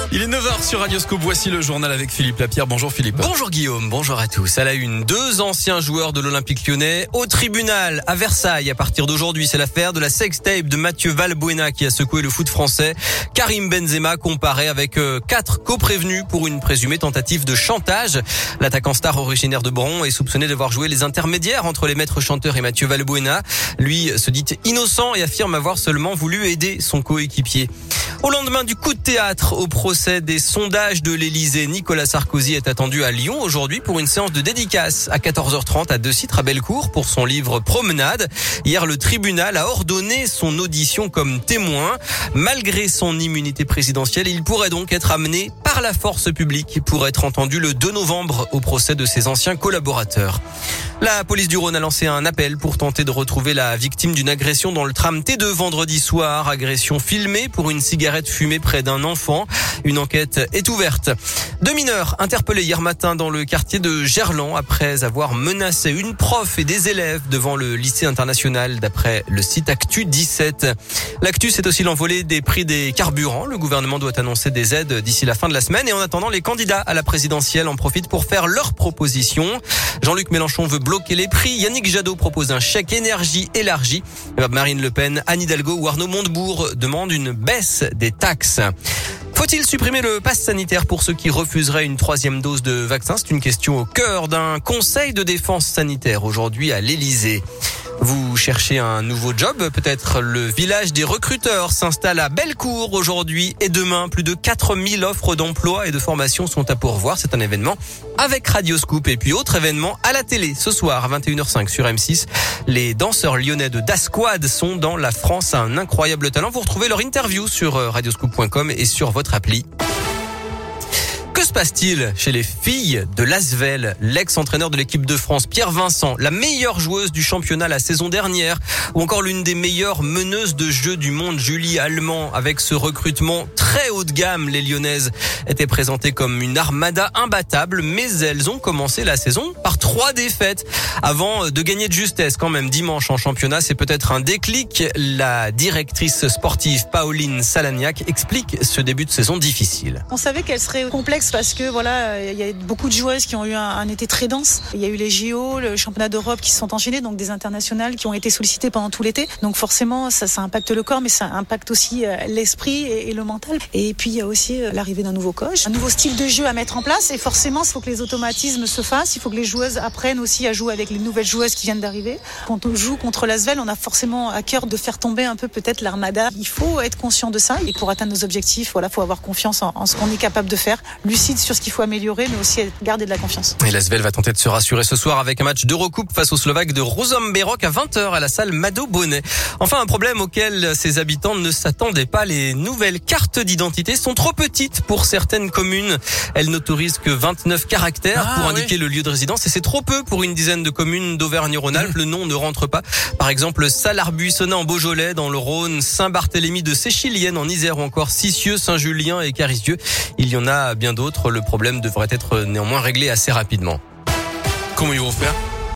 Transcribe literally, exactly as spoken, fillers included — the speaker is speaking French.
Il est neuf heures sur Radioscope. Voici le journal avec Philippe Lapierre. Bonjour Philippe. Bonjour Guillaume, bonjour à tous. À la une, deux anciens joueurs de l'Olympique Lyonnais au tribunal à Versailles. À partir d'aujourd'hui, c'est l'affaire de la sextape de Mathieu Valbuena qui a secoué le foot français. Karim Benzema comparé avec euh, quatre co-prévenus pour une présumée tentative de chantage. L'attaquant star originaire de Bron est soupçonné d'avoir joué les intermédiaires entre les maîtres chanteurs et Mathieu Valbuena. Lui se dit innocent et affirme avoir seulement voulu aider son coéquipier. Au lendemain du coup de théâtre au procès des sondages de l'Élysée, Nicolas Sarkozy est attendu à Lyon aujourd'hui pour une séance de dédicace à quatorze heures trente à Deux-Citres à Bellecour pour son livre Promenade. Hier, le tribunal a ordonné son audition comme témoin. Malgré son immunité présidentielle, il pourrait donc être amené par la force publique pour être entendu le deux novembre au procès de ses anciens collaborateurs. La police du Rhône a lancé un appel pour tenter de retrouver la victime d'une agression dans le tram T deux vendredi soir. Agression filmée pour une cigarette fumée près d'un enfant. Une enquête est ouverte. Deux mineurs interpellés hier matin dans le quartier de Gerland après avoir menacé une prof et des élèves devant le lycée international d'après le site Actu dix-sept. L'actu, c'est aussi l'envolée des prix des carburants. Le gouvernement doit annoncer des aides d'ici la fin de la semaine et en attendant, les candidats à la présidentielle en profitent pour faire leurs propositions. Jean-Luc Mélenchon veut bloquer les prix. Yannick Jadot propose un chèque énergie élargi. Marine Le Pen, Anne Hidalgo ou Arnaud Montebourg demandent une baisse des taxes. Faut-il supprimer le pass sanitaire pour ceux qui refuseraient une troisième dose de vaccin? C'est une question au cœur d'un conseil de défense sanitaire aujourd'hui à l'Élysée. Vous cherchez un nouveau job? Peut-être le village des recruteurs s'installe à Bellecour aujourd'hui et demain. Plus de quatre mille offres d'emploi et de formation sont à pourvoir. C'est un événement avec Radioscoop. Et puis autre événement à la télé ce soir à vingt et une heures cinq sur M six. Les danseurs lyonnais de Dasquad sont dans La France à un incroyable talent. Vous retrouvez leur interview sur radioscoop point com et sur votre appli. Que se passe-t-il chez les filles de l'Asvel? L'ex-entraîneur de l'équipe de France, Pierre Vincent, la meilleure joueuse du championnat la saison dernière, ou encore l'une des meilleures meneuses de jeu du monde, Julie Allemand. Avec ce recrutement très haut de gamme, les Lyonnaises étaient présentées comme une armada imbattable, mais elles ont commencé la saison par trois défaites avant de gagner de justesse quand même dimanche en championnat. C'est peut-être un déclic. La directrice sportive Pauline Salagnac explique ce début de saison difficile. On savait qu'elle serait complexe parce que voilà, il y a beaucoup de joueuses qui ont eu un, un été très dense. Il y a eu les J O, le championnat d'Europe qui se sont enchaînés, donc des internationales qui ont été sollicitées pendant tout l'été. Donc forcément, ça, ça impacte le corps, mais ça impacte aussi l'esprit et, et le mental. Et puis il y a aussi l'arrivée d'un nouveau coach, un nouveau style de jeu à mettre en place. Et forcément, il faut que les automatismes se fassent. Il faut que les joueuses apprennent aussi à jouer avec les nouvelles joueuses qui viennent d'arriver. Quand on joue contre l'Asvel, on a forcément à cœur de faire tomber un peu peut-être l'armada. Il faut être conscient de ça. Et pour atteindre nos objectifs, voilà, faut avoir confiance en, en ce qu'on est capable de faire. Lucide sur ce qu'il faut améliorer, mais aussi garder de la confiance. Et l'Asvel va tenter de se rassurer ce soir avec un match d'Eurocoupe face aux Slovaques de Rožomberok à vingt heures à la salle Mado Bonnet. Enfin, un problème auquel ses habitants ne s'attendaient pas. Les nouvelles cartes d'identité sont trop petites pour certaines communes. Elles n'autorisent que vingt-neuf caractères ah, pour indiquer oui. le lieu de résidence et c'est trop peu pour une dizaine de communes d'Auvergne-Rhône-Alpes. Mmh. Le nom ne rentre pas. Par exemple, Salars-Buissonnat en Beaujolais dans le Rhône, Saint-Barthélemy de Séchilienne en Isère ou encore Sissieux, Saint-Julien et Carisieux. Il y en a bien d'autres. Le problème devrait être néanmoins réglé assez rapidement. Comment ils vont faire ?